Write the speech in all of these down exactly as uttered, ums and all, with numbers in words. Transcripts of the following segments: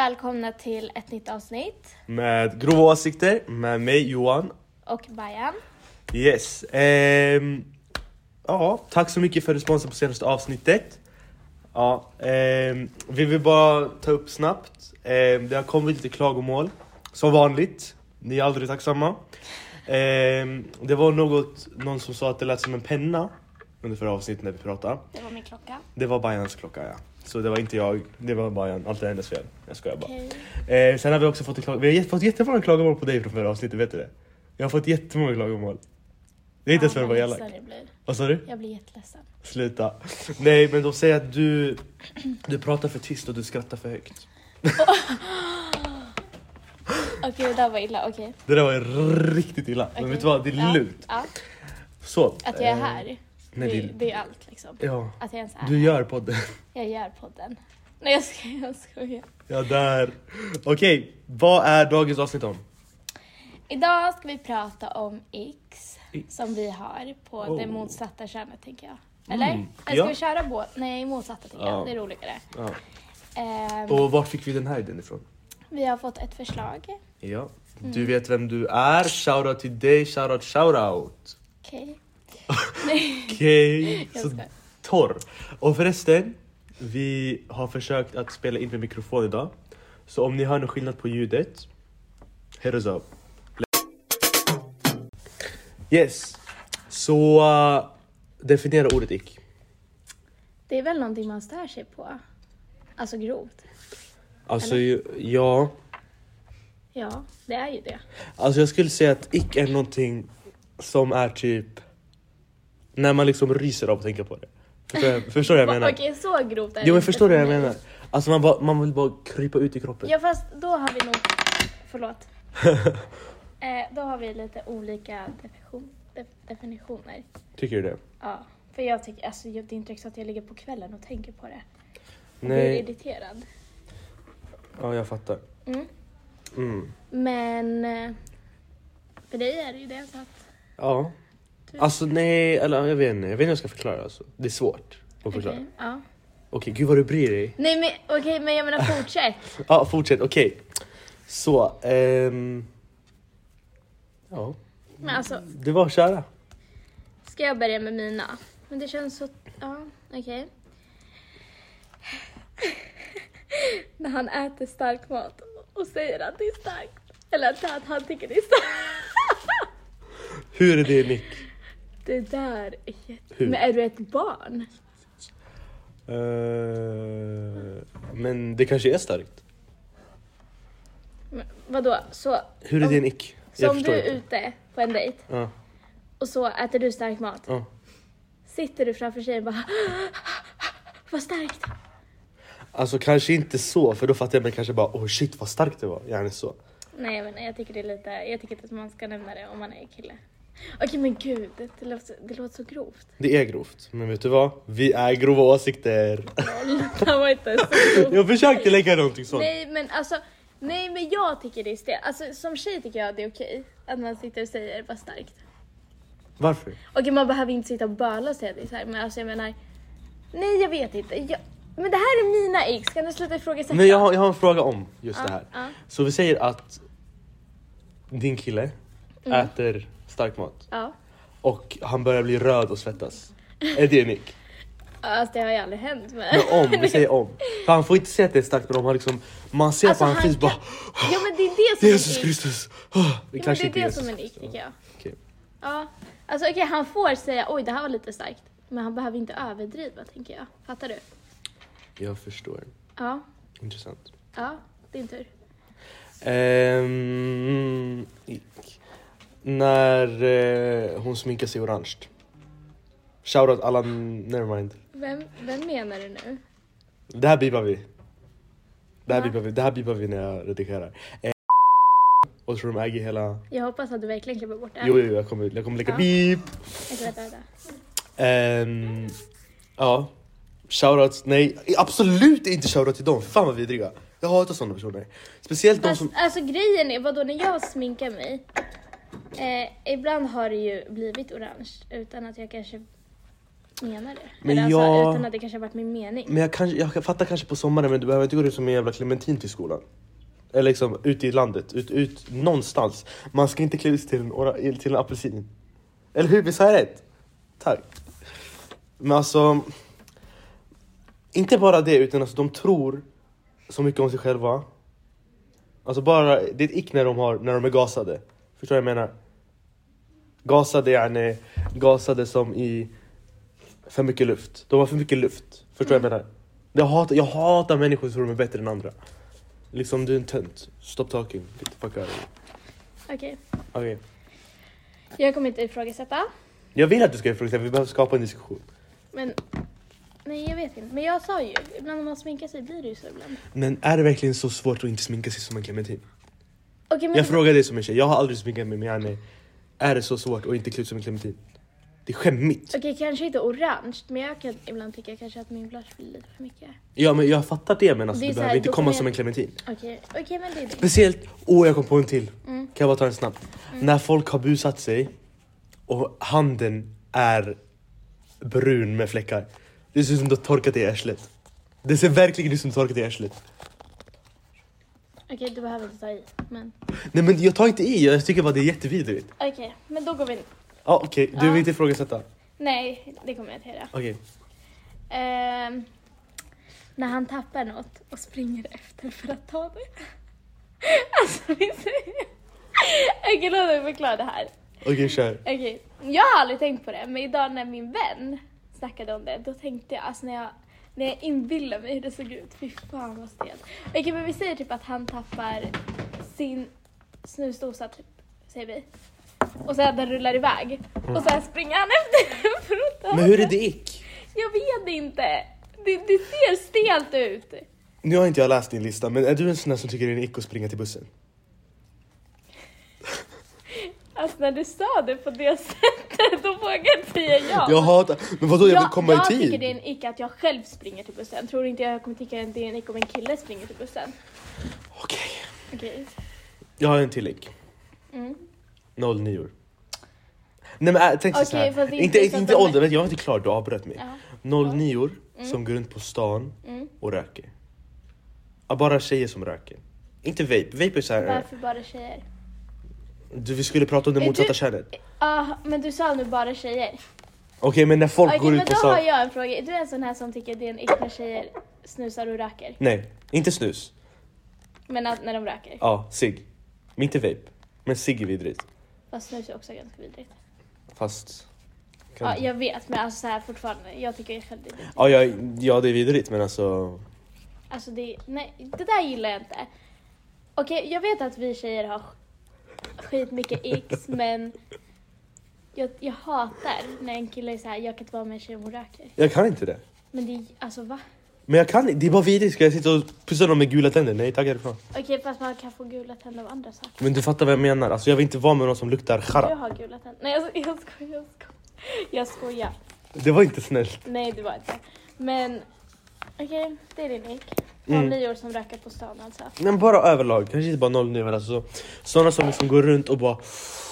välkomna till ett nytt avsnitt. Med grova åsikter, med mig Johan. Och Bajan. Yes. Ehm, ja, tack så mycket för responsen på senaste avsnittet. Ja, ehm, vi vill bara ta upp snabbt. Ehm, det har kommit lite klagomål. Som vanligt. Ni är aldrig tacksamma. Ehm, det var något, någon som sa att det lät som en penna under förra avsnittet när vi pratade. Det var min klocka. Det var Bajans klocka, ja. Så det var inte jag, det var Bajan. Allt är hennes fel. Jag skojar bara. Okay. Eh, sen har vi också fått, klag- vi har fått jättemånga klagomål på dig från förra avsnittet, vet du det? Jag har fått jättemånga klagomål. Det är inte ens för att vara elak. Vad sa du? Jag blir jätteledsen. Sluta. Nej, men de säger att du Du pratar för tyst och du skrattar för högt. Okej, okay, det där var illa, okej. Okay. Det där var riktigt illa. Okay. Men vet du vad, det är ja. lugnt. Ja. Så. Att jag är här. Eh, nej, det, det, det är allt liksom. Ja. Att jag ens är du här. gör podden. Jag gör podden. Nej, jag skojar, jag skojar. Ja, där. Okej, okay, vad är dagens avsnitt om? Idag ska vi prata om X, X. som vi har på oh. det motsatta könet, tänker jag. Eller? Mm. Eller ska ja. vi köra båda? Nej, motsatta tänker ja. jag. Det är roligare. Ja. Um, Och var fick vi den här idén ifrån? Vi har fått ett förslag. Ja. Mm. Du vet vem du är. Shoutout till dig. Shoutout, shoutout. Okej. Okej. Så torr. Och förresten, vi har försökt att spela in med mikrofon idag. Så om ni hör någon skillnad på ljudet, hit us up. Yes. Så uh, definiera ordet ick. Det är väl någonting man stör sig på. Alltså grovt. Alltså ju, ja. Ja, det är ju det. Alltså jag skulle säga att ick är någonting som är typ när man liksom ryser av att tänka på det. Förstår, jag, förstår du vad jag menar? Okej, så grovt är det. Jo, men förstår du vad jag menar? Alltså man, bara, man vill bara krypa ut i kroppen. Ja, fast då har vi nog... Förlåt. eh, då har vi lite olika definition, def, definitioner. Tycker du det? Ja, för jag tycker... Alltså, det är inte så att jag ligger på kvällen och tänker på det. Jag Nej. blir irriterad. Ja, jag fattar. Mm. Mm. Men... För dig är det ju det så att... Ja. Alltså nej, eller jag vet inte. Jag vet inte hur jag ska förklara. Alltså. Det är svårt att förklara. Okej, okay, ja. Okej, gud vad du bryr dig. Nej, men okej, okay, men jag menar fortsätt. Ja, fortsätt. Okej. Okay. Så, ehm... ja. Men alltså... Det var köra. Ska jag börja med mina? Men det känns så... Ja, okej. Okay. När han äter stark mat och säger att det är starkt. Eller att han tycker det är starkt. Hur är det, Nick? Det där är jätte... Men är du ett barn? Uh, men det kanske är starkt. Men, vadå? Så, hur är det en ick? Så om du är ute på en dejt uh. och så äter du stark mat. Uh. Sitter du framför sig och bara... Vad starkt. Alltså kanske inte så, för då fattar jag mig kanske bara, oh shit vad starkt det var. Gärna så. Nej, men jag tycker det är lite, jag tycker inte att man ska nämna det om man är kille. Okej, men gud, det, det, låter, det låter så grovt. Det är grovt, men vet du vad? Vi är grova åsikter. Det var inte så grovt. Jag försökte lägga någonting sånt. Nej, men alltså, nej, men jag tycker det är stel. Alltså, som tjej tycker jag det är okej att man sitter och säger vad starkt. Varför? Okej, man behöver inte sitta och böla och säga det så här, men alltså jag menar, nej, jag vet inte. Jag, men det här är mina ex, kan du sluta ifrågasätta? Men jag har, jag har en fråga om just ja, det här. Ja. Så vi säger att din kille mm. äter stark mat. Ja. Och han börjar bli röd och svettas. Är det Nick? Alltså det har ju aldrig hänt. Men, men om, vi säger om. För han får inte säga att det är starkt, men om han liksom... Man ser alltså, på hans fys bara... Ja, men det är det som Jesus Kristus. Oh, det, ja, men det är det Jesus. Som är Nick, tycker jag. Okay. Ja, alltså okej, okay, han får säga oj, det här var lite starkt. Men han behöver inte överdriva, tänker jag. Fattar du? Jag förstår. Ja. Intressant. Ja, din tur. Um, när uh, hon sminkar sig orange. Shoutout alla, nevermind. Vem, vem menar du nu? Det här bipar vi. Det här ja. bipar vi. Det här bipar vi när jag redigerar. Eh, och tror de äger hela... Jag hoppas att du verkligen klipper bort det. Jo, jo, jag kommer, jag kommer lägga ja. bip. Jag ska vänta, vänta. Um, ja. Shoutout, nej. Absolut inte shoutout till dem. Fan vad vidriga. Jag hatar sådana personer. Speciellt Fast, de som... Alltså grejen är, vadå, när jag sminkar mig eh, ibland har det ju blivit orange utan att jag kanske menar det. Men Eller jag... alltså, utan att det kanske har varit min mening. Men jag, kanske, jag fattar kanske på sommaren, men du behöver inte gå ut som en jävla clementin till skolan. Eller liksom ute i landet, ut, ut någonstans. Man ska inte klä ut till en, ora- till en apelsin. Eller hur? Vi sa rätt. Tack. Men alltså... Inte bara det, utan alltså, de tror så mycket om sig själva. Alltså bara, det är ett ick när de, har, när de är gasade. Förstår du vad jag menar? Gasade är gasade som i för mycket luft. De har för mycket luft. Förstår du mm. vad jag menar? Jag hatar, jag hatar människor som tror de är bättre än andra. Liksom du är en tönt. Stop talking. Get the fuck out of here. Okej. Okay. Okay. Jag kommer inte ifrågasätta. Jag vill att du ska ifrågasätta. Vi behöver skapa en diskussion. Men... Nej, jag vet inte. Men jag sa ju, ibland när man sminkar sig blir det ju så ibland. Men är det verkligen så svårt att inte sminka sig som en clementin? Okay, men... Jag frågar dig som en tjej. Jag har aldrig sminkat mig, men jag är, är det så svårt att inte klä ut som en clementin? Det är skämmigt. Okej, okay, kanske inte orange, men jag kan ibland tycka kanske att min blush blir lite för mycket. Ja, men jag fattar det, men alltså, det du behöver här, inte komma jag... som en clementin. Okej, okay. okej, okay, men det är det. Speciellt, åh oh, jag kom på en till. Mm. Kan jag bara ta en snabbt? Mm. När folk har busat sig och handen är brun med fläckar. Det ser ut som du har torkat i arslet. Det ser verkligen ut som du har torkat i arslet. Okej, okay, du behöver inte ta i, men... Nej, men jag tar inte i. Jag tycker bara det är jättevidrigt. Okej, okay, men då går vi... Ja, ah, okej. Okay. Du ja. vill inte ifrågasätta? Nej, det kommer jag inte göra. Okej. Okay. Uh, när han tappar något och springer efter för att ta det. Alltså, vi säger... Okej, okay, låt mig förklara det här. Okej, okay, kör. Okej, okay. Jag har aldrig tänkt på det, men idag när min vän snackade om det, då tänkte jag, alltså när jag, när jag inbillade mig hur det såg ut, fy fan vad stelt. Okej, okay, men vi säger typ att han tappar sin snusdosa typ, säger vi. Och sen den rullar iväg. Mm. Och sen springer han efter den för att ta. Men hur är det ick? Jag vet inte. Det, det ser stelt ut. Nu har inte jag läst din lista, men är du en sån där som tycker det är en ick att springa till bussen? Alltså när du sa det på det sättet, då vågar jag säga ja. Jag hatar, men vadå, jag vill komma jag, i tid. Jag tycker det är en ick att jag själv springer till bussen. Tror inte jag kommer tycka att det är en ick om en kille springer till bussen. Okej. Okay. Okay. Jag har en till ick. Mm. noll nio. Nej men äh, tänk okay, så här. Inte, inte, inte, inte ålder, vet jag var inte klar, du avbröt mig. Ja. noll nio mm. som går runt på stan mm. och röker. Ja, bara tjejer som röker. Inte vape. Vape är så här. Varför bara tjejer? Du, vi skulle prata om det motsatta könet. Ja, uh, men du sa nu bara tjejer. Okej, okay, men när folk okay, går ut på stan... Okej, men då har jag en fråga. Är du en sån här som tycker att det är en ick när tjejer snusar och röker? Nej, inte snus. Men att, när de röker? Ja, cigg. Men inte vape. Men cigg är vidrigt. Fast snus är också ganska vidrigt. Fast... Kan... Ja, jag vet. Men alltså så här fortfarande. Jag tycker det är själv det är vidrigt. Ja, ja, ja, det är vidrigt, men alltså... Alltså det... Nej, det där gillar jag inte. Okej, okay, jag vet att vi tjejer har skit mycket x, men... Jag, jag hatar när en kille är så här, jag kan inte vara med en tjej om hon röker. Jag kan inte det. Men det är, alltså va? Men jag kan inte, det är bara vidrigt. Ska jag sitta och pussa dem med gula tänder? Nej, tack härifrån. Okej, okay, fast man kan få gula tänder av andra saker. Men du fattar vad jag menar. Alltså jag vill inte vara med någon som luktar chara. Jag har gula tänder. Nej, alltså, jag skojar, jag skojar. Jag skojar. Det var inte snällt. Nej, det var inte. Men, okej, okay, det är din ick. noll nio mm. år som röker på stan alltså. Men bara överlag, kanske inte bara noll nio, alltså så, sådana som liksom går runt och bara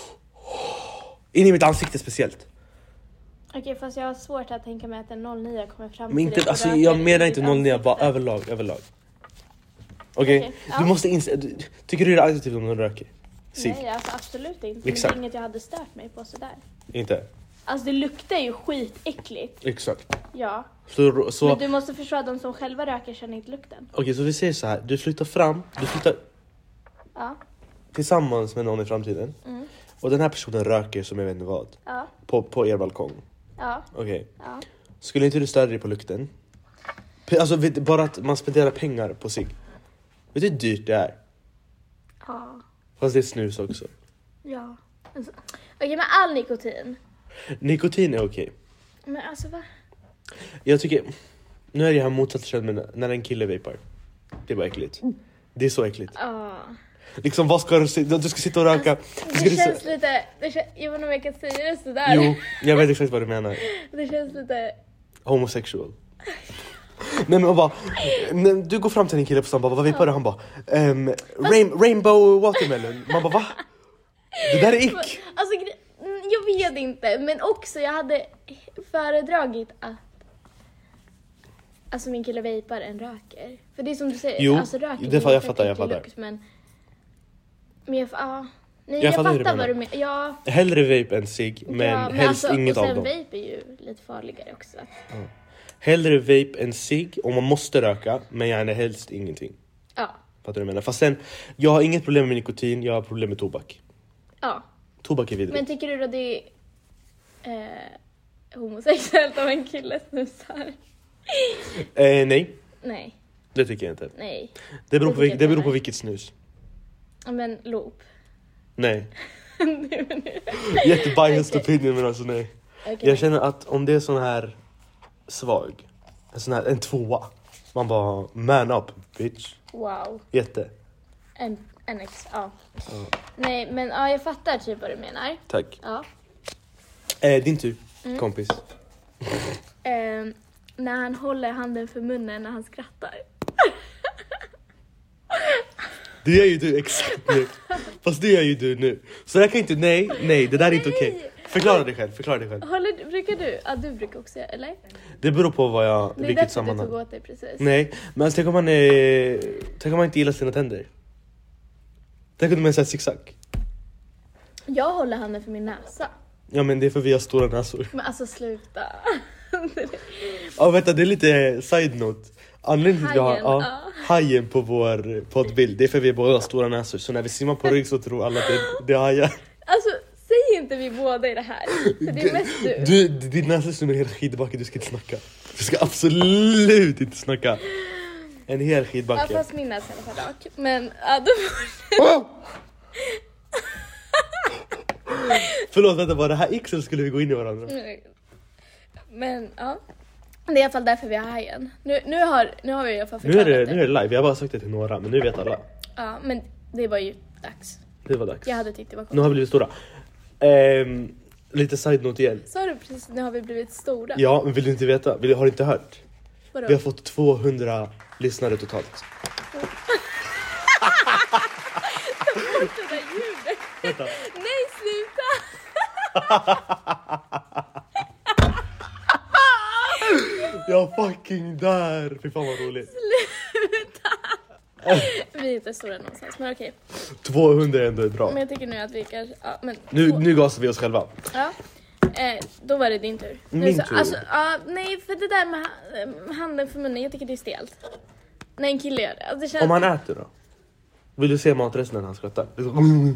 in i mitt ansikte speciellt. Okej, okay, fast jag har svårt att tänka mig att en noll nio kommer fram men inte, till alltså jag menar inte noll nio, bara överlag, överlag. Okej, okay? okay, ja. Du måste inse, du, tycker du det är aktivt om någon röker? Sig. Nej, alltså absolut inte. Exakt. Det är inget jag hade stört mig på sådär. Inte? Alltså det luktar ju skitäckligt. Exakt. Ja. Så, så... Men du måste förstå att de som själva röker känner inte lukten. Okej, okay, så vi säger så här. Du flyttar fram, du flyttar ja. tillsammans med någon i framtiden. Mm. Och den här personen röker som jag vet inte vad. Ja. På, på er balkong. Ja. Okej. Okay. Ja. Skulle inte du störa dig på lukten? Alltså vet, bara att man spenderar pengar på sig. Vet du hur dyrt det är? Ja. Fast det är snus också. Ja. Alltså, okej, okay, men all nikotin. Nikotin är okej. Okay. Men alltså va? Jag tycker, nu är det här motsatt kön, men när en kille vapar. Det är bara äckligt. Det är så äckligt. Ja. Liksom vad ska du, du ska sitta och röka. Alltså, det ska känns så... lite, det känns, jag vet inte om jag kan säga det sådär. Jo, jag vet exakt vad du menar. Det känns lite... Homosexual. Nej men bara, du går fram till en kille på stan, bara, vad vapar du? Han bara, um, rain, rainbow watermelon. Man bara, va? Det där är ick. Alltså, jag vet inte, men också jag hade föredragit att alltså min kille vejpar än röker. För det är som du säger, Jo, alltså röker det är fa- jag fett fattar, jag äcklig fattar. lukt, men men jag, ja, nej, Jag jag, fattar hur du fattar vad menar. du menar. Ja, Hellre vape än cigg, men ja, helst alltså, inget och av sen dem. vape är ju lite farligare också. Hellre vape än cigg om man måste röka, men gärna helst ingenting. Ja, Fattar du vad jag menar? Fast sen, jag har inget problem med nikotin, jag har problem med tobak. ja. Tobak är vidrigt. Men tycker du då det är eh, homosexuellt om en kille snusar? Eh, nej, Nej, det tycker jag inte. nej. Det beror, Det på, tycker vil- jag det beror inte på heller. vilket snus. Ja, men loop. Nej. Nu, nu. Jättebiased Okej. opinion, men alltså nej. Okej. Jag känner att om det är sån här svag, en sån här, en tvåa, man bara man up bitch. Wow. Jätte. En, en ex, ja. Ja. Nej, men ja, jag fattar typ vad du menar. Tack. Ja. Eh, din tur, Mm. kompis. Ehm, när han håller handen för munnen när han skrattar. Det gör ju du exakt nu. Fast det gör ju du nu. Så jag kan inte, nej, nej, det där är inte Nej. okej. Förklara dig själv, förklara dig själv. Håller, brukar du? Ja, du brukar också göra, eller? Det beror på vad jag, Det är vilket därför du sammanhang. tog åt dig precis. Nej, men alltså, tänk om man är, tänk om man inte gillar sina tänder. Tänk om man är såhär zigzag. Jag håller handen för min näsa. Ja, men det är för vi har stora näsor. Men alltså sluta. Ja, vänta, det är lite side note. Anledningen till att vi har Hajen, ja, ja. hajen på vår poddbild, det är för vi båda har stora näsor. Så när vi simmar på rygg så tror alla att det, det är hajar. Alltså, säg inte vi båda i det här. För det är mest du. Du, din näsa är som en hel skidbacke, du ska inte snacka. Du ska absolut inte snacka. En hel Ja, skidbacke. fast min näsa är i alla fall rak. Men ja, då får Oh! Förlåt, vänta, var det här X eller skulle vi gå in i varandra? Men ja. Det är i alla fall därför vi har hajen. Nu, nu, har, nu har vi i alla fall Nu är, förklarat det, nu är det live, jag har bara sagt det till några, men nu vet alla. Ja, men det var ju dags. Det var dags. Jag hade tyckt det var Nu konstigt. har vi blivit stora. Ehm, lite side note igen. Sa du precis, nu har vi blivit stora? Ja, men vill du inte veta? Vill, har du inte hört? Vadå? Vi har fått tvåhundra lyssnare totalt. Det där ljudet. Vänta. Nej, sluta! Jag fucking där! Fy fan vad roligt. Sluta! Vi är inte stora någonstans, men okej. tvåhundra är ändå bra. Men jag tycker nu att vi kanske... Ja, men Nu, två- nu gasar vi oss själva. Ja. Eh, då var det din tur. Min Nu så- tur. Alltså, ja, nej, för det där med ha- eh, handen för munnen, jag tycker det är stelt. När en kille gör det. Alltså, det känns... Om han äter då? Vill du se matresten när han skrattar? Det är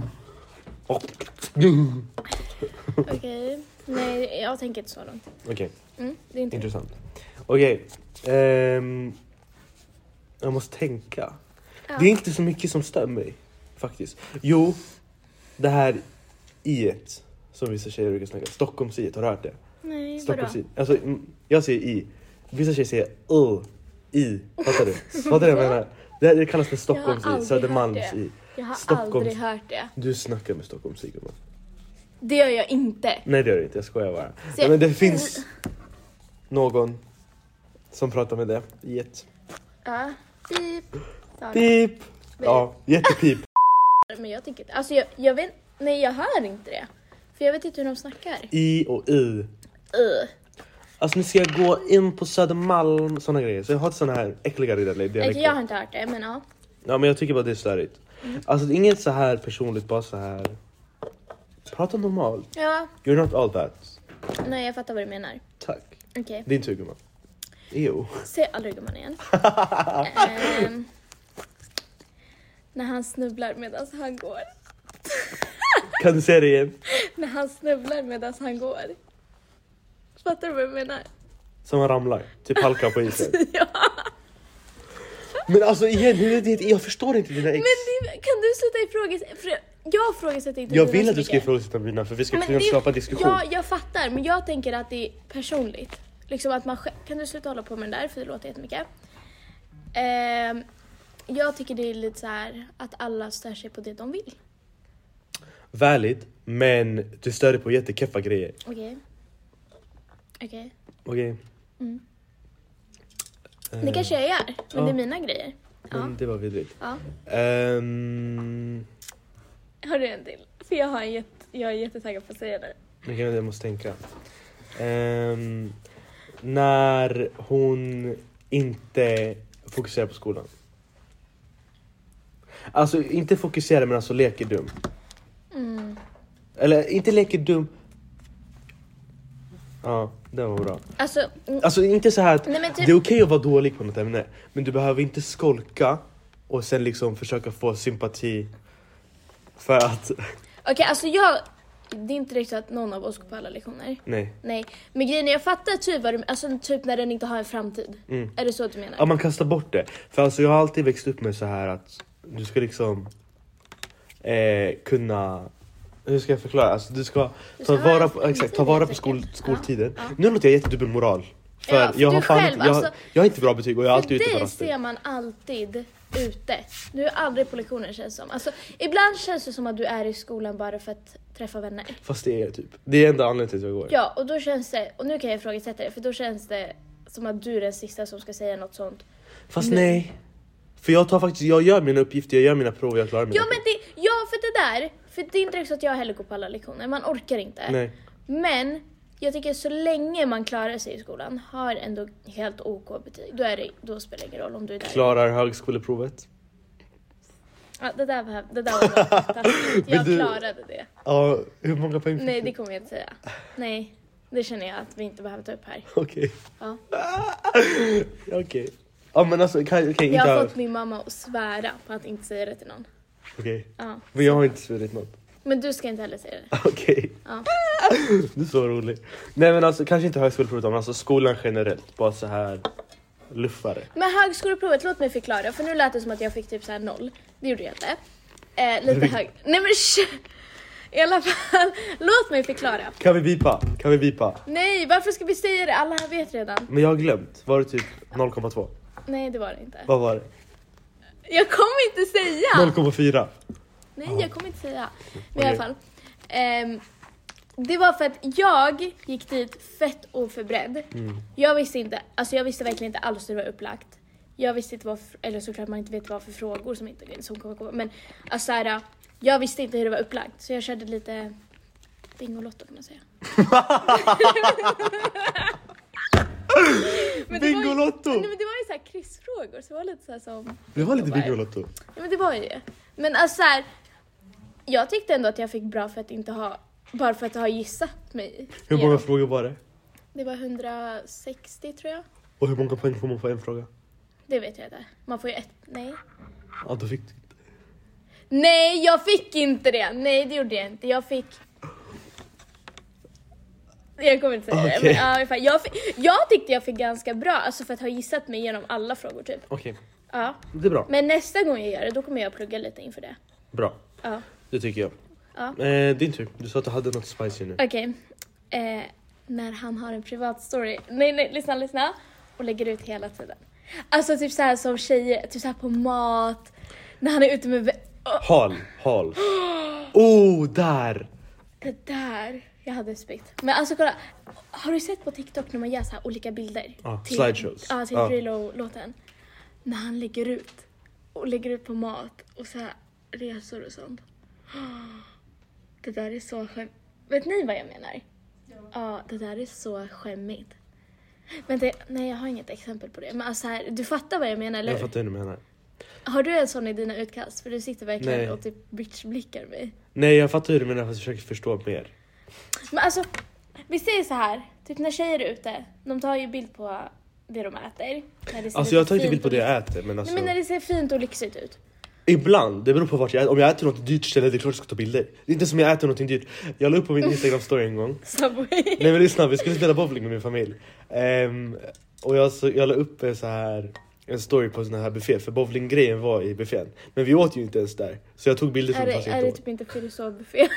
så- Okej. Nej, jag tänker inte så långt. Okej, Mm, det är inte... intressant. Okej. ehm, jag måste tänka. Ja. Det är inte så mycket som stör mig, faktiskt. Jo, det här i-et som vissa tjejer brukar snacka. Stockholms i-et, har du hört det? Nej, vadå? Stockholms i. Alltså, mm, jag säger i. Vissa tjejer säger u, i. Fattar du? Fattar du vad jag menar? Det, det kallas för Stockholms Jag har i, aldrig Södermalms hört det. i. Jag har Stockholms- aldrig hört det. Du snackar med Stockholms i, gumman. Det gör jag inte. Nej, det gör det inte. Jag skojar bara. Så- Ja, men det finns någon som pratar med det. i-et. Ja. Pip. Sa det. Pip! Ja, jättepip. Men jag tycker inte... Alltså jag, jag vet... Nej, jag hör inte det. För jag vet inte hur de snackar. I och i. Uh. Alltså nu ska jag gå in på Södermalm, såna grejer. Så jag har såna här äckliga dialekter. Okej, jag har inte hört det, men ja. Ja, men jag tycker bara det är störigt. Alltså det är inget så här personligt, bara så här. Prata normalt. Ja, You're not all that. nej, jag fattar vad du menar. Tack. Okej. Din tur, gumman. Jo. Se aldrig gumman igen. Ehm, när han snubblar medan han går. Kan du säga det igen? När han snubblar medan han går. Fattar du vad jag menar? Som man ramlar. Typ halka på isen. Ja. Men alltså igen, hur är det? Jag förstår inte dina ex. Men det, kan du sluta ifrågasätta? För jag ifrågasätter inte Jag dina vill så att du ska mycket. ifrågasätta mina, för vi ska Men kunna det- skapa diskussion. Ja, jag fattar, men jag tänker att det är personligt. Liksom att man sj- kan du sluta hålla på med den där, för det låter jättemycket. Ehm, jag tycker det är lite så här att alla stör sig på det de vill. Valid, men du stör dig på jättekeffa grejer. Okej. Okej. Okej. Mm. Eh, Det kanske jag gör, men ja. det är mina grejer. Ja. Men det var vidrigt. Ja. Ehm, Har du en till? För jag, har en jätte, jag är jättetaggad på att säga det. men jag måste tänka. Um, när hon inte fokuserar på skolan. Alltså inte fokuserar men alltså leker dum. Mm. Eller inte leker dum. Ja, det var bra. Alltså, Alltså inte så här att nej, men typ... det är okej att vara dålig på något ämne, men du behöver inte skolka och sen liksom försöka få sympati för att Okej, okay, alltså jag... Det är inte riktigt att någon av oss går på alla lektioner. nej. Nej, men grejen är, jag fattar typ vad du... Alltså typ när den inte har en framtid. Mm. Är det så att du menar? Ja, man kastar bort det. För alltså jag har alltid växt upp med så här att du ska liksom eh, kunna... Hur ska jag förklara? Alltså du ska Du ta ska vara på, exakt, ta vara på skol, ja, skoltiden. ja. Nu låter jag jättedubbelmoral. För, Ja, för jag du har fan själv, inte, jag, alltså, jag har inte bra betyg och jag är alltid ute på För dig raster. ser man alltid ute. Du är aldrig på lektioner, känns som. Alltså, ibland känns det som att du är i skolan bara för att träffa vänner. Fast det är typ. Det är enda anledningen till att jag går. Ja, och då känns det... Och nu kan jag ifrågasätta det, för då känns det som att du är den sista som ska säga något sånt. Fast nu. nej. För jag tar faktiskt, jag gör mina uppgifter, jag gör mina prov och jag klarar mina Ja, prov. men det, ja, för det där... För det är inte så att jag heller går på alla lektioner. Man orkar inte. Nej. Men jag tycker så länge man klarar sig i skolan, har ändå helt OK betyg. Då, är det, då spelar det ingen roll om du är där. Klarar högskoleprovet. Ja, det där var, det där var fantastiskt. Jag du- klarade det. Ja, hur många poäng fick Nej, du? det kommer jag inte säga. Nej, det känner jag att vi inte behöver ta upp här. Okej. Ja. Okej. Ja men alltså kan, kan Jag inte har ha... fått min mamma att svära på att inte säga det till någon. Okej. Ja. Men jag har inte svurit något. Men du ska inte heller säga det. Okej. Ja. Du är så rolig. Nej men alltså kanske inte högskoleprovet men alltså skolan generellt. Bara så här luffare. Men högskoleprovet, låt mig förklara. För nu lät det som att jag fick typ så här noll. Det gjorde jag inte. Eh, lite fick- hög... Nej men sh- I alla fall, låt mig förklara. Kan vi vipa? Kan vi vipa? Nej, varför ska vi säga det? Alla här vet redan. Men jag har glömt. Var det typ noll komma två? Nej, det var det inte. Vad var det? Jag kommer inte säga. noll komma fyra? Nej, jag kommer inte säga. Men i Okej. alla fall. ehm, det var för att jag gick dit fett oförberedd. Mm. Jag visste inte, alltså jag visste verkligen inte alls hur det var upplagt. Jag visste inte vad, eller såklart man inte vet vad för frågor som inte som kommer komma. Men alltså så här, jag visste inte hur det var upplagt. Så jag körde lite Bingolotto kan man säga. Men det var ju- Bingolotto! Nej, men det var ju så här quizfrågor, så det var lite så här som... Det var lite Bingolotto. Ja, men det var ju det. Men alltså så här, jag tyckte ändå att jag fick bra för att inte ha, bara för att ha gissat mig. Hur många igenom. frågor var det? Det var hundrasextio tror jag. Och hur många poäng får man på en fråga? Det vet jag inte. Man får ju ett, nej. Ja, då fick du inte. Nej, jag fick inte det. Nej, det gjorde jag inte. Jag fick... Jag kommer inte säga det. Okej. Men, ja, i alla fall, jag, fick, jag tyckte jag fick ganska bra, alltså för att ha gissat mig genom alla frågor typ. Okej, Ja. det är bra. Men nästa gång jag gör det, då kommer jag plugga lite inför det. Bra, Ja. det tycker jag. Ja. Eh, din tur. Du sa att du hade något spicy nu. Okej. Eh, när han har en privat story. Nej, nej, lyssna, lyssna. Och lägger ut hela tiden. Alltså typ så här som tjejer, typ så här på mat. När han är ute med... vä- Åh, Hal, hal. Oh, där! det där. Jag hade spytt. Men alltså kolla. Har du sett på TikTok när man gör så här olika bilder? Ja, till, slideshows. Ja, till Ja. Brillo-låten. När han lägger ut. Och lägger ut på mat. Och så här resor och sånt. Det där är så skämt. Vet ni vad jag menar? Ja. Ja, det där är så skämmigt. Men det, nej, jag har inget exempel på det. Men alltså här, du fattar vad jag menar, eller Jag hur? fattar hur du menar. Har du en sån i dina utkast? För du sitter verkligen Nej. och typ bitchblickar mig. Nej, jag fattar hur du menar fast jag försöker förstå mer. Men alltså, vi säger så här. Typ när tjejer är ute, de tar ju bild på det de äter. När det ser Alltså lite jag tar inte fint bild på och det jag lyxigt- äter men alltså... Nej, men när det ser fint och lyxigt ut. Ibland, det beror på vart jag äter. Om jag äter något dyrt ställe, det är klart jag ska ta bilder. Det är inte som jag äter något dyrt. Jag la upp på min Instagram-story en gång. Subway. Nej men lyssna, vi skulle spela bowling med min familj. Ehm, och jag, så, jag la upp en så här en story på sån här buffé, för bowlinggrejen var i buffén. Men vi åt ju inte ens där. Så jag tog bilder som Är det, fast är jag det inte åt. typ inte filosofbuffé?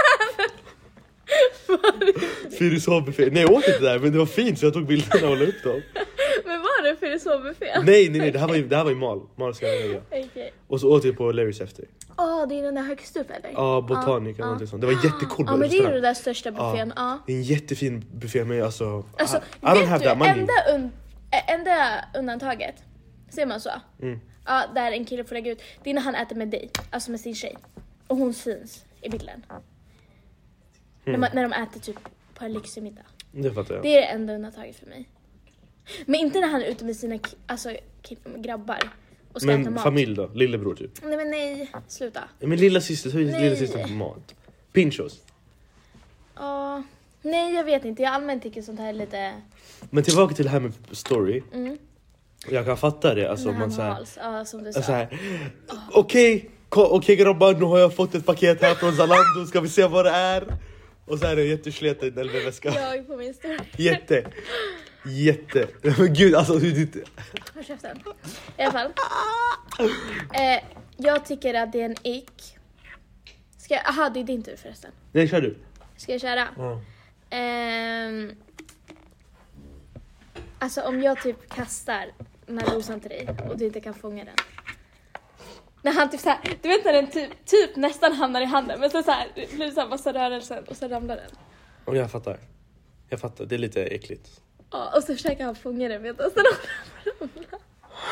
Fyrisåbuffé. Nej jag åt inte där, men det var fint så jag tog bilderna och la upp dem. Men var det filosofbuffé? Nej nej nej, det här var, i- det här var i Mal. Mal ska jag lägga. Okej. Och så åt vi på Larrys efter. Åh, det är den där högst upp eller? Ja, Botanica Ja, eller ja. något sånt. Det var jättecool Ja, men det är ju restaurang. den där största buffén. Ja. Det är en jättefin buffé men alltså... Alltså, I, I don't vet have du, that money. enda, un- ä- enda undantaget, ser man så? Mm. Ja, där en kille får lägga ut, det är när han äter med dig, alltså med sin tjej. Och hon syns i bilden. När, Mm. man, när de äter typ på en lyxig middag. Det fattar jag. Det är det enda undantaget för mig. Men inte när han är ute med sina ki- alltså, ki- grabbar. Och ska äta Men mat. familj då? Lillebror typ. Nej men nej, sluta. Men lilla syster, hur är Nej. lilla syster på mat? Pinchos. Ja, nej jag vet inte. Jag allmänt tycker sånt här är lite... Men tillbaka till det här med story. Mm. Jag kan fatta det. Alltså, När man han så har här, hals. Ja, som du sa. så här, okej, ko- okej grabbar, nu har jag fått ett paket här från Zalando. Ska vi se vad det är? Och så här är det jättesleten L V-väska. Jag på min story. Jätte. Jätte. Men gud, alltså hur ditt... Håll käften. I alla fall. Eh, jag tycker att det är en ick. Ska jag... Aha, det är din tur förresten. Nej, kör du. Ska jag köra? Ja. Ehm, alltså om jag typ kastar den här rosan till dig och du inte kan fånga den. När han typ såhär, du vet när den typ, typ nästan hamnar i handen. Men så såhär, det blir så här massa rörelser och så ramlar den. Och jag fattar. Jag fattar, det är lite äckligt. Ja, och så försöker han fånga den med och så ramlar.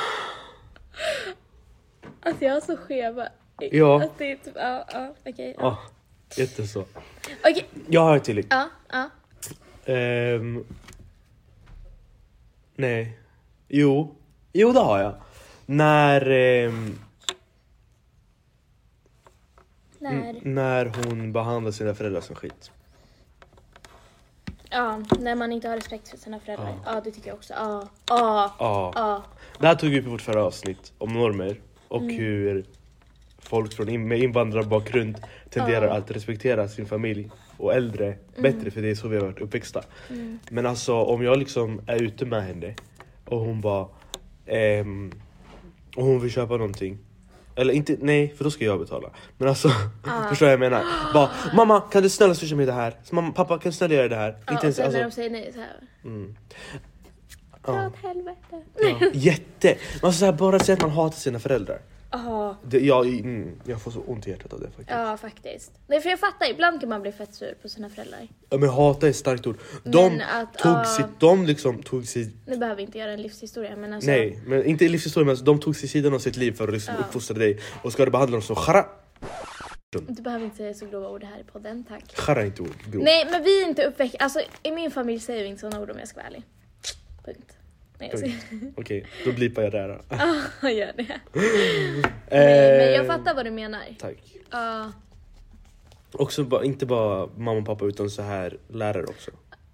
Alltså jag har så skeva. Ja. Alltså, det är typ, ja, ja, okej. Ja, ja. jätte så. Okej, Jag har ett tillägg. ja, ja. Ehm, nej. Jo. Jo, det har jag. När... ehm, När, n- när hon behandlar sina föräldrar som skit. ja, när man inte har respekt för sina föräldrar. Ja. Ja, det tycker jag också. Ja, ja, Ja. ja. Det här tog vi upp i vårt förra avsnitt om normer. Och Mm. hur folk från in- med invandrarbakgrund tenderar Ja. att respektera sin familj och äldre bättre, för det är så vi har varit uppväxta. Mm. Men alltså om jag liksom är ute med henne och hon bara ehm, och hon vill köpa någonting, eller inte, nej, för då ska jag betala. Men alltså, Ah. förstår jag vad jag menar? Bara, mamma, kan du snälla swisha mig det här? Så, mamma, pappa, kan du snälla göra det här? Ja, Inte och ens, sen alltså, när de säger nej så här. mm. Dra Ja, åt helvete. ja, jätte. Men alltså, så här, bara säga att man hatar sina föräldrar. Ja, Det, jag, mm, jag får så ont i hjärtat av det faktiskt. ja faktiskt. Nej, för jag fattar, ibland kan man bli fett sur på sina föräldrar. Ja, men hata är ett starkt ord. De Men att, tog ja. sitt, de liksom tog sig, Nu behöver vi inte göra en livshistoria, men alltså... nej, men inte i livshistoria, men alltså, de tog sig sidan av sitt liv för att liksom Ja. uppfostra dig. Och ska du behandla dem som chara? Du behöver inte säga så grova ord här i podden, tack. Chara är inte ord, grov. Nej, men vi är inte uppväxta. Alltså, i min familj säger vi inte såna ord om jag ska vara ärlig. Punkt. Nej, jag Punkt. säger... Okej, då blipar jag där. då. Ja, gör det. Nej, men jag Eh, fattar vad du menar. Tack. Ja, Också bara, inte bara mamma och pappa utan så här lärare också.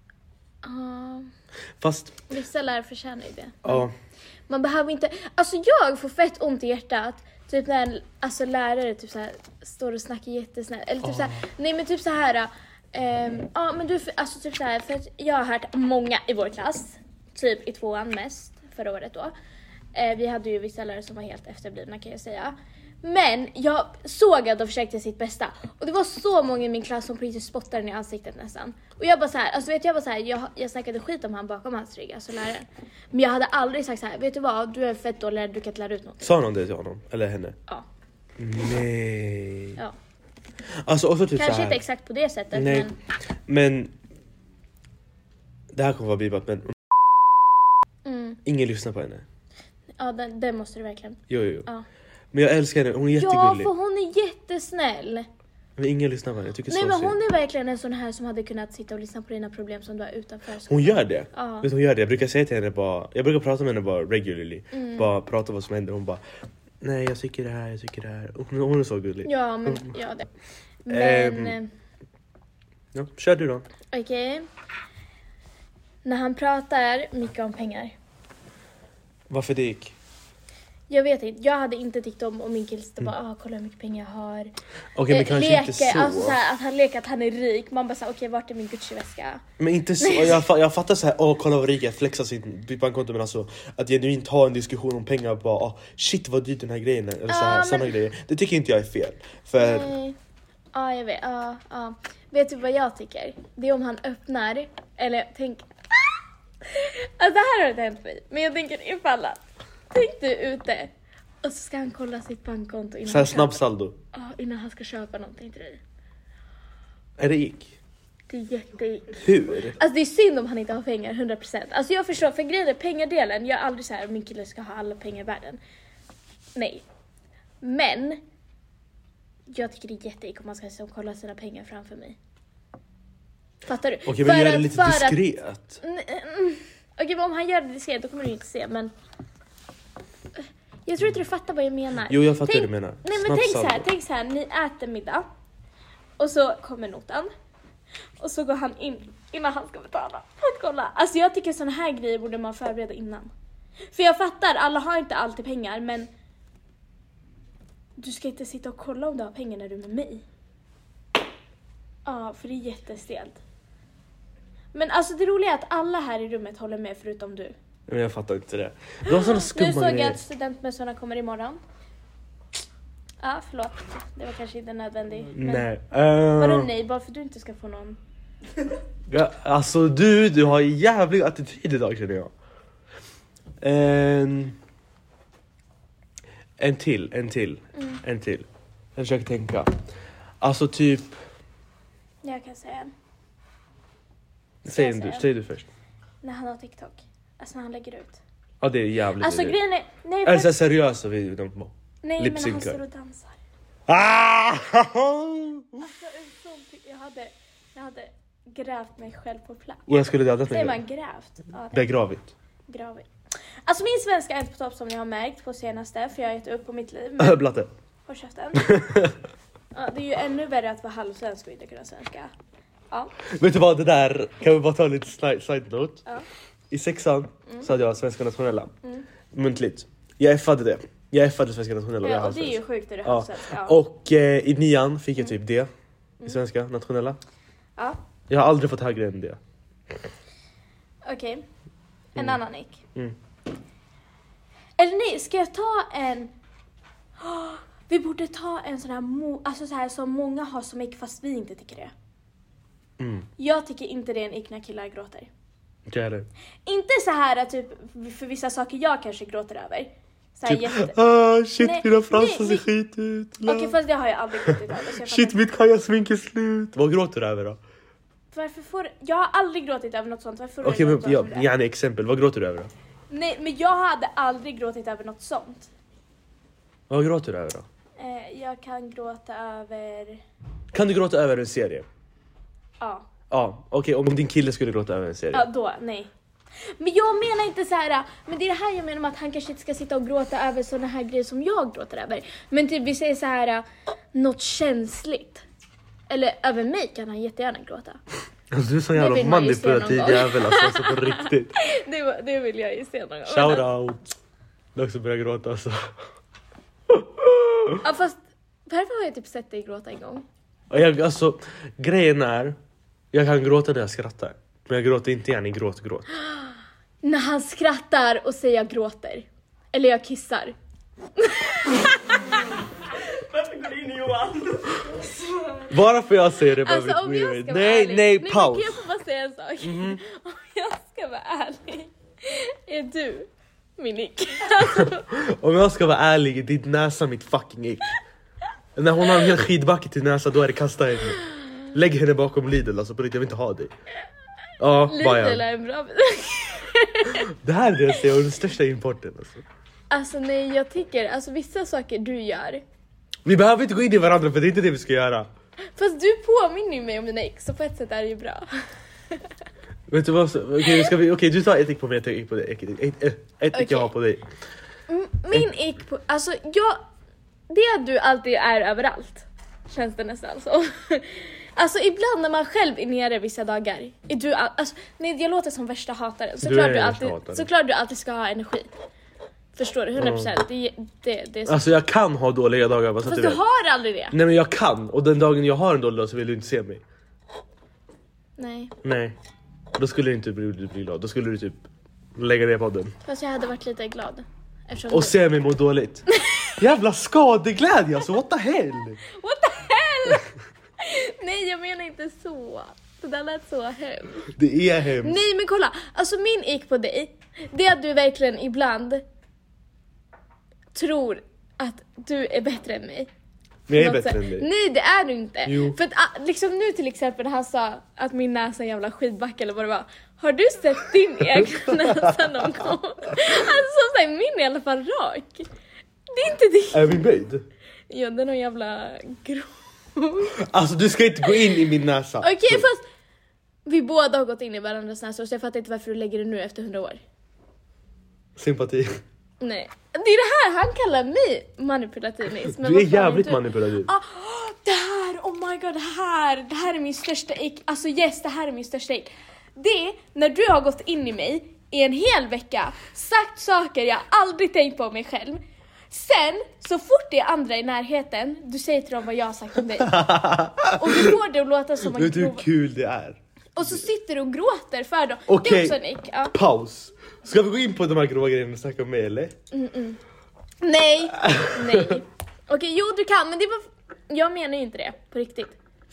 ja. Fast, Vissa lärare förtjänar ju det. ja, Man behöver inte... Alltså jag får fett ont i hjärtat. Typ när en alltså, lärare typ så här, står och snackar jättesnällt. Eller typ Oh. så här, nej men typ så här. ehm, ja men du, alltså typ så här. För att jag har hört många i vår klass. Typ i tvåan mest förra året då. Eh, vi hade ju vissa lärare som var helt efterblivna kan jag säga. Men jag såg att de försökte sitt bästa. Och det var så många i min klass som på riktigt spottade den i ansiktet nästan. Och jag bara så här, alltså vet jag bara så här, jag, jag snackade skit om han bakom hans rygg, alltså läraren. Men jag hade aldrig sagt så här, vet du vad, du är fett dålig, du kan inte lära ut något. sa någon det till honom? Eller henne? Ja, Nej. ja. Alltså också typ så Kanske här. inte exakt på det sättet, Nej, men men det här kommer vara bivat, men mm, ingen lyssnar på henne. ja, den, den måste du verkligen. Jo, jo, jo. Ja. Men jag älskar henne, hon är Ja, jättegullig. för hon är jättesnäll. Men ingen lyssnar på henne, jag tycker Nej, så men synd. hon är verkligen en sån här som hade kunnat sitta och lyssna på dina problem som du har utanför. Hon gör det. Ja. Vet du, hon gör det. Jag brukar säga till henne bara, jag brukar prata med henne bara regularly. Mm. Bara prata vad som händer. Hon bara, nej jag tycker det här, jag tycker det här. Hon, hon är så gullig. Ja, men ja det. Men Ehm. eh, Ja, kör du då. okej. När han pratar mycket om pengar. Varför det gick? Jag vet inte, jag hade inte tyckt om om min kille stod bara, ah, kolla hur mycket pengar jag har. Okej, Mm. men Eh, kanske leker, inte så. Alltså så här, att han leker att han är rik. Man bara såhär, okej vart är min Gucci-väska? Men inte så. Jag, fa- jag fattar så här, åh kolla vad rik jag är, flexa sitt bankkonto. Men alltså att genuint ha en diskussion om pengar. Bara, åh, shit vad dyrt den här grejen är. Eller så här, Ja, såna men- grejer. Det tycker inte jag är fel. För Nej. Ja, jag vet. Ja, ja. Vet du vad jag tycker? Det är om han öppnar, eller tänk... Alltså det här har inte hänt mig. Men jag tänker ifall att, tänk du är ute och så ska han kolla sitt bankkonto innan, så här han, snabb köper, saldo. ja, innan han ska köpa någonting till dig. Är det gick? Det är jätte... Hur? Alltså det är synd om han inte har pengar, hundra procent. Alltså jag förstår, för grejen är pengadelen, jag är aldrig så här, min kille ska ha alla pengar i världen. Nej. Men jag tycker det är jätteik om man ska liksom kolla sina pengar framför mig. Fattar du? Okej, men För gör det att- lite för att- diskret. Mm, mm. Okej, men om han gör det diskret då kommer du inte se, men jag tror inte du fattar vad jag menar. Jo, jag fattar tänk, vad du menar. Nej, men Snabbt tänk så här, salvo. tänk så här, ni äter middag och så kommer notan och så går han in innan han ska betala. För att kolla. Alltså jag tycker såna här grejer borde man förbereda innan. För jag fattar, alla har inte alltid pengar, men du ska inte sitta och kolla om du har pengar när du är med mig. Ja, för det är jättestelt. Men alltså det roliga är att alla här i rummet håller med förutom du. Men jag fattar inte det. Du har såna Nu skumma såg jag grejer. att studentmössorna kommer imorgon. Ja, förlåt. Det var kanske inte nödvändigt. Men Nej. vadå Uh, nej? Bara för att du inte ska få någon... ja, alltså du, du har jävlig attityd idag känner jag. En, en till, en till, Mm. en till. Jag försöker tänka. Alltså typ, Jag kan säga en. säg jag du, säga? säg du först. När han har TikTok. Alltså när han lägger ut. Ja, det är jävligt. Alltså det. grejen är... Nej, Eller för... så här seriösa videor. De bara, nej men när han lip-synkar. står och dansar. ah! Alltså en sån... ty- Jag hade... Jag hade grävt mig själv på plats. Och jag skulle döda Säger mig. man grävt? Ja, det Begravit. gravit. Alltså min svenska är inte på topp som jag har märkt på senaste. För jag har gett upp på mitt liv. Men... Blatte. Håll käften. Ja, det är ju ännu värre att vara halvsvensk och inte kunna svenska. Ja. Vet du vad, det där kan vi bara ta lite side, side note. Ja. I sexan så hade jag svenska nationella. Mm. Muntligt. Jag F-ade det. Jag F-ade svenska nationella. Ja, jag och det är ju halvsvensk. sjukt att du är Ja. halvsvensk. Ja. Och eh, i nian fick jag typ D i svenska nationella. Ja. Jag har aldrig fått högre än det. Okej. En Mm. annan nick. Mm. Eller nej, ska jag ta en... Åh, vi borde ta en sån här, mo... alltså så här som många har som ick fast vi inte tycker det. Mm. Jag tycker inte det är en ick när killar gråter. Det är det. Inte så här typ för vissa saker jag kanske gråter över. Så här Typ, jätte... ah, shit Nej, mina fransar nej, ser nej. skit ut. Okej, fast det har jag aldrig gråtit över. Så jag Shit fattar- mitt kajasmink är slut. Vad gråter du över då? Varför får... Jag har aldrig gråtit över något sånt. Varför får du Okej gråta men ja, över det? gärna exempel. Vad gråter du över då? Nej, men jag hade aldrig gråtit över något sånt. Vad gråter du över då? Eh, jag kan gråta över... Kan du gråta över en serie? Ja. Ja, okej om din kille skulle gråta över en serie. Ja, då, nej. Men jag menar inte så här, men det är det här jag menar med att han kanske inte ska sitta och gråta över såna här grejer som jag gråter över. Men typ vi säger så här, något känsligt. Eller över mig kan han jättegärna gråta. Alltså du är så Det jävla vill man ju se manipulativ någon gång. jävel alltså, alltså på riktigt. Det, det vill jag ju se någon gång. Shout out. Du också börjar gråta alltså. Ja, fast varför har jag typ sett dig gråta en gång? Och jag, alltså, grejen är, jag kan gråta när jag skrattar. Men jag gråter inte gärna i gråt, gråt. När han skrattar och säger jag gråter. Eller jag kissar. Varför går du in i Johan? Bara för jag säger det bara Alltså om blir jag weird. ska vara Nej, ärlig. nej, men paus. kan jag få bara säga en sak? Mhm. Om jag ska vara ärlig. Är du min nick? Om jag ska vara ärlig, är ditt näsa mitt fucking ick. När hon har en hel skidbacke till näsa, då är det kasta henne. Lägg henne bakom Lidl, alltså på riktigt, jag vill inte ha dig. Ja, Lidl Bajan. är en bra... Det här är det jag säger, och den största importen alltså. Alltså nej, jag tycker, alltså vissa saker du gör. Vi behöver inte gå in i varandra för det är inte det vi ska göra. Fast du påminner ju mig om mina ex, så på ett sätt är det ju bra. Vet du vad, så- okej ska vi, okej du tar ett ick på mig, jag tar ett ick på dig. Ett, ett, ett, ett ick jag har på dig. M- Min ick på, alltså jag, det att du alltid är överallt, känns det nästan så. Alltså ibland när man själv är nere vissa dagar, är du, all, alltså nej jag låter som värsta hataren. Du är Såklart du, värsta alltid, hataren. såklart du alltid ska ha energi. Förstår du, hundra procent. Det, det, det är så. Alltså jag kan ha dåliga dagar, bara så att Fast du du vet. har aldrig det. Nej men jag kan, och den dagen jag har en dålig dag så vill du inte se mig. Nej, Nej, då skulle du inte bli, bli glad, då skulle du typ lägga ner podden. fast jag hade varit lite glad. Eftersom Och du- se mig må dåligt. Jävla skadeglädje alltså, what the hell? What the hell? Nej, jag menar inte så. Det där lät så hemskt. Det är hemskt. Nej, men kolla. Alltså min ick på dig, det är att du verkligen ibland tror att du är bättre än mig. Men jag är Något bättre så- än dig. Nej, det är du inte. Jo. För att ah, liksom nu till exempel när han sa att min näsa är en jävla skidbacke eller vad det var. Har du sett din egen näsa någon gång? Alltså så här, min är i alla fall rak. Det är inte det. Är vi böjd? Ja, den har en jävla grov. Okej, Alltså du ska inte gå in i min näsa. fast... Varför har jag typ sett din egen näsa någon gång? Alltså så här, min är i alla fall rak. Det är inte det. Är vi böjd? Okej, fast... Vi båda har gått in i varandras näsor, så jag fattar inte varför du lägger det nu efter hundra år. Sympati. Nej. Det är det här han kallar mig manipulativ. Du är jävligt manipulativ. Ah, det här, oh my god, det här, det här är min största ick. Alltså yes, det här är min största ick. Det är när du har gått in i mig i en hel vecka, sagt saker jag aldrig tänkt på mig själv. Sen, så fort det är andra i närheten, du säger till dem vad jag har sagt om dig. Och du får det att låta som en Vet du hur grov... kul det är? Och så sitter du och gråter för dem. Okej, Det är också en ick. Ja. paus. Ska vi gå in på de här grova grejerna och snacka om mig, eller? Mm-mm. Nej, nej. Okej, jo du kan, men det var... Jag menar ju inte det, på riktigt.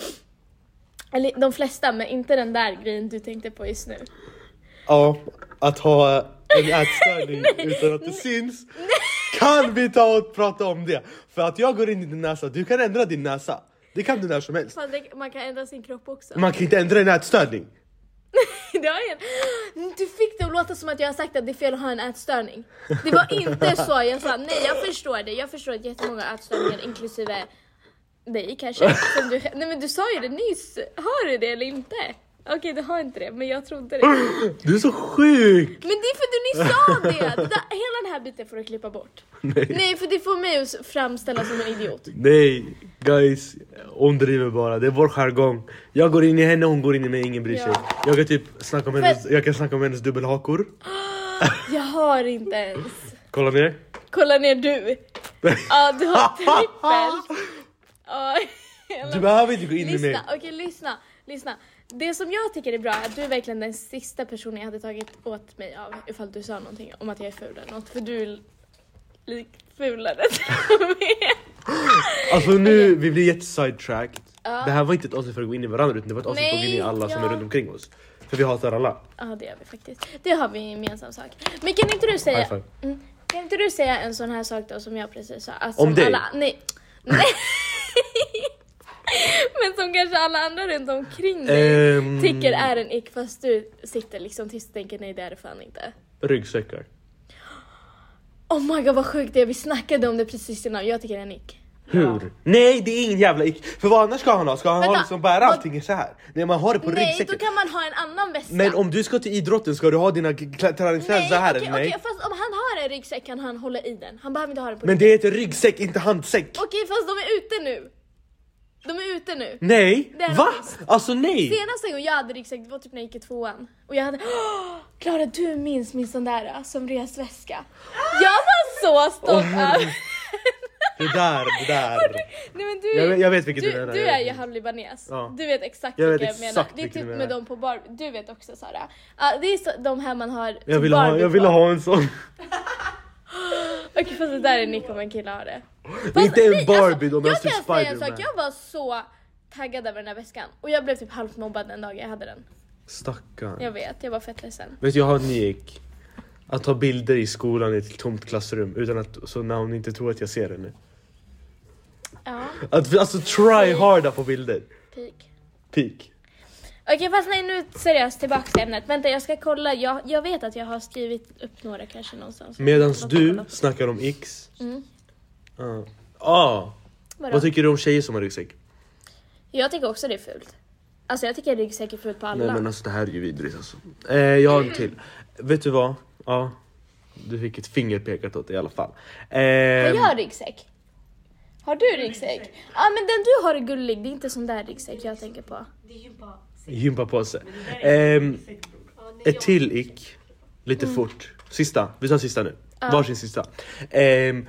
Eller de flesta, men inte den där grejen du tänkte på just nu. Ja, att ha en ätstörning utan att det syns. Kan vi ta och prata om det? För att jag går in i din näsa, du kan ändra din näsa. Det kan du när som helst. Fan, det, man kan ändra sin kropp också. Man kan inte ändra en ätstörning. Det har jag. Du fick det att låta som att jag har sagt att det är fel att ha en ätstörning. Det var inte så jag sa. Nej, jag förstår det. Jag förstår att jättemånga ätstörningar, inklusive dig kanske. Som du, nej men du sa ju det nyss. Har du det eller inte? Okej, du har inte det, men jag trodde det. Du är så sjuk! Men det är för att du nyss sa det. det där, hela den här biten får du klippa bort. Nej. Nej, för det får mig att framställa som en idiot. Nej, guys, hon driver bara. Det är vår jargong. Jag går in i henne, hon går in i mig, ingen bryr sig. Ja. Jag kan typ snacka om hennes, jag kan snacka om hennes dubbelhakor. Jag har inte ens. Kolla ner. Kolla ner du. Ja, du har trippel. Ja, Du behöver inte gå in i mig. lyssna, okej, lyssna, lyssna. Det som jag tycker är bra är att du är verkligen den sista personen jag hade tagit åt mig av ifall du sa någonting om att jag är ful eller något. För du är lik fulare till mig. Alltså nu, vi blir jätte-sidetracked. Ja. Det här var inte ett avsnitt för att gå in i varandra, utan det var ett avsnitt för att gå in i alla som Nej, är ja. runt omkring oss. För vi hatar alla. Ja, det gör vi faktiskt. Det har vi en gemensam sak. Men kan inte du säga... High five. Mm, kan inte du säga en sån här sak då som jag precis sa? Alltså, Om som dig? Alla, nej. Nej. Men som kanske alla andra runt omkring dig Ehm. tycker är en ick, fast du sitter liksom tyst och tänker nej, det är det fan inte. Ryggsäckar. Oh my god, vad sjukt det är. Vi snackade om det precis innan. Jag tycker det är en ick. Hur? Nej, det är ingen jävla ick. För vad annars ska han ha? Ska han Vänta, ha liksom bära vad- allting så här? Nej, man har det på Nej, ryggsäcken. då kan man ha en annan väska. Men om du ska till idrotten, ska du ha dina klä- träningskläder Nej, så här okej, eller nej? okej, fast om han har en ryggsäck kan han hålla i den. Han behöver inte ha den på Men ryggen. det heter ryggsäck, inte handsäck. Okej, fast de är ute nu. De är ute nu. Nej, Det är va? visst. Alltså nej. Senaste gången jag hade ryggsäck, det var typ när jag gick i tvåan. Och jag hade... Åh, Klara, du minns min sån där äh, som resväska. Jag var så stolt Åh, över... herregud. Det där, det där. Nej, men du, Jag vet- jag vet vilket du du, menar, du jag är vet. ju halvlibanes. Ja. Du vet exakt Jag vet vilka jag menar. exakt Det är vilken typ du med menar. dem på bar. Du vet också, Sara. Ja, det är så, de här man har Jag typ ville ha, Barbie jag ville på. ha en sån. Okej, fast det där är Nick om en kille har det. Det är inte en nej, Barbie, de är jag typ kan säga en sak, Spiderman. jag var så taggad över den här väskan. Och jag blev typ halvt mobbad den dagen jag hade den. Stackarn. Jag vet, jag var fett ledsen. Vet du, jag har en ny ick. Att ta bilder i skolan i ett tomt klassrum utan att, så när hon inte tror att jag ser henne. Ja, Att, alltså try harda på bilder. peak. Peak. Okej, fast nej, nu seriöst tillbaka till ämnet. Vänta, jag ska kolla. Jag, jag vet att jag har skrivit upp några kanske någonstans. Medans Låt mig du kolla på. snackar om X. Mm. Ja. Ah. Vadå? Vad tycker du om tjejer som har ryggsäck? Jag tycker också det är fult. Alltså jag tycker ryggsäck är fult på alla. Nej men alltså det här är ju vidrigt alltså. Eh, jag har en till. Vet du vad? Ja. Du fick ett finger pekat åt det i alla fall. Eh, Har jag ryggsäck? Har du ryggsäck? Ja, men den du har är gullig. Det är inte sån där ryggsäck jag tänker på. Det är ju bara... Gympapåse. Ehm, ett till ick. Lite Mm. fort. Sista. Vi tar sista nu. Varsin sista. Ehm,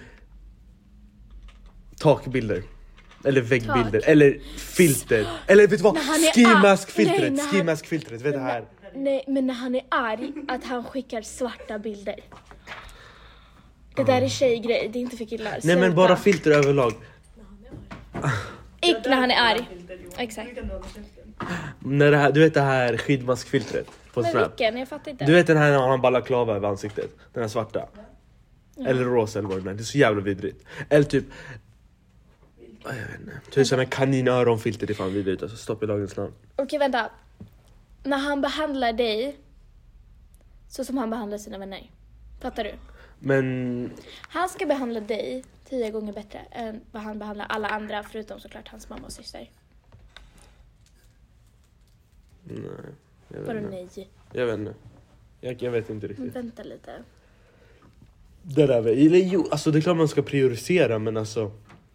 takbilder. Eller väggbilder. Tak. Eller filter. Eller vet du vad? När han är Ski arg. mask Nej, filtret. när Ski han- mask filtret. Vet du här? Nej, men när han är arg att han skickar svarta bilder. Det där är tjejgrej, det är inte för killar. Nej Sluta. men bara filter överlag. Ick när han är arg. Exakt. När det här, du vet det här skidmaskfiltret på Men Snap. vilken? Jag fattar inte. Du vet den här när han har en balaklava över ansiktet. Den här svarta. Eller rosa eller vad det är. Det är så jävla vidrigt. Eller typ... Jag vet inte. Typ som en kaninöronfilter, det är fan vidrigt. Alltså stopp i lagens namn. Okej, vänta. När han behandlar dig så som han behandlar sina vänner. Fattar du? Men... Han ska behandla dig tio gånger bättre än vad han behandlar alla andra, förutom såklart hans mamma och syster. Nej. Bara nej. Jag vet inte. Jag, jag vet inte riktigt. Men vänta lite. Det där, eller jo, alltså det är klart man ska prioritera, men alltså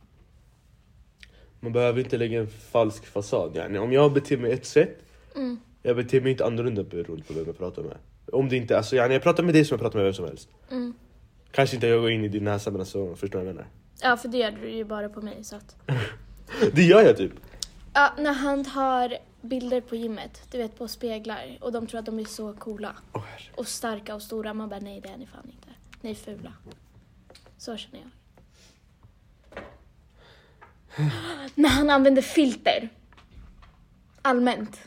man behöver inte lägga en falsk fasad. Yani, om jag beter mig ett sätt, Mm. jag beter mig inte annorlunda beroende på vem jag pratar med. Om det inte, alltså yani, jag pratar med dig som jag pratar med vem som helst. Mm. Kanske inte jag går in i din näsa, men alltså, förstår du vad jag menar? Ja, för det gör du ju bara på mig så att. Det gör jag typ. Ja, när han tar bilder på gymmet, du vet, på speglar, och de tror att de är så coola Oh, och starka och stora. Man bara, nej det är ni fan inte. Ni är fula. Så känner jag. När han använder filter. Allmänt.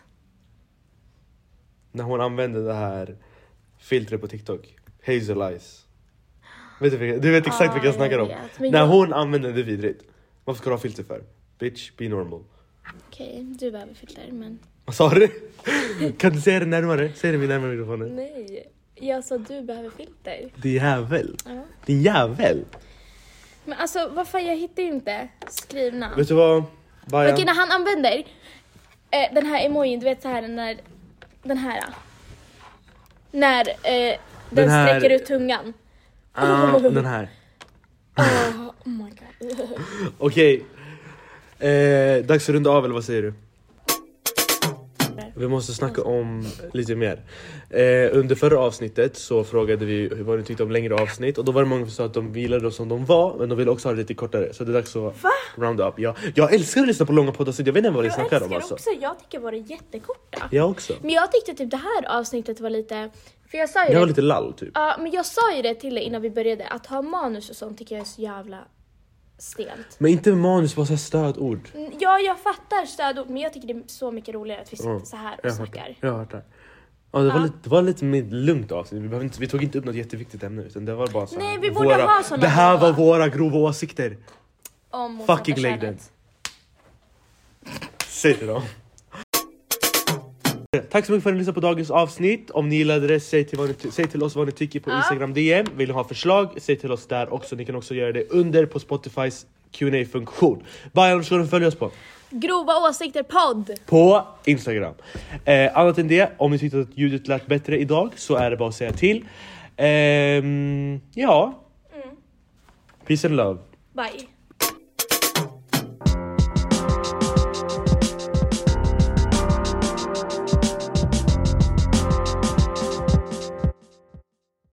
när hon använde det här filtret på TikTok. Hazel Eyes. Vet du, vilka, du vet exakt ah, vilka jag snackar om. När jag... hon använde det vidrigt. Varför ska du ha filter för? Bitch, be normal. Okej, okay, du behöver filter, men... Vad sa du? Kan du säga det närmare? Säg det vid närmare mikrofonen. Nej, jag sa du behöver filter. Din jävel. Ja. Din jävel. Men alltså, vad fan, jag hittar inte skrivna. Vet du vad? Okej, okay, när han använder eh, den här emojin, du vet så här när... Den här. När eh, den, den här... sträcker ut tungan. Uh, den här. Oh, oh my god. Okej. Okay. Eh, dags att runda av, eller vad säger du? Vi måste snacka om lite mer. Eh, under förra avsnittet så frågade vi vad ni tyckte om längre avsnitt. Och då var det många som sa att de vilade oss som de var, men de ville också ha det lite kortare. Så det är dags att Va? round up. Ja, jag älskar att lyssna på långa poddar, så jag vet inte vad ni snackar om. Jag alltså. också, jag tycker det var jättekorta. Jag också. Men jag tyckte typ det här avsnittet var lite... För jag sa ju det det, var lite lall typ. Ja, men jag sa ju det till dig innan vi började. Att ha manus och sånt tycker jag är så jävla stelt. Men inte manus, bara så här stödord. Ja, jag fattar stödord, men jag tycker det är så mycket roligare att vi sitter Mm. så här och Jag snackar. Jag har hört det. Ja, det, var Ja. lite, det var lite mer lugnt avsnitt. Vi, behövde inte, vi tog inte upp något jätteviktigt ämne, utan det var bara så här, Nej, vi borde ha såna det här grova. var våra grova åsikter. Om Fucking lägg den. Säg till dem. Tack så mycket för att ni lyssnade på dagens avsnitt. Om ni gillade det, säg till, vad ni, säg till oss vad ni tycker på Ja. Instagram D M. Vill ni ha förslag, säg till oss där också. Ni kan också göra det under på Spotifys Q and A-funktion. Bara ska de följa oss på Grova åsikter podd. På Instagram. eh, Annat än det, om ni tyckte att ljudet lät bättre idag, så är det bara att säga till. Ehm, Ja. Mm. Peace and love. Bye.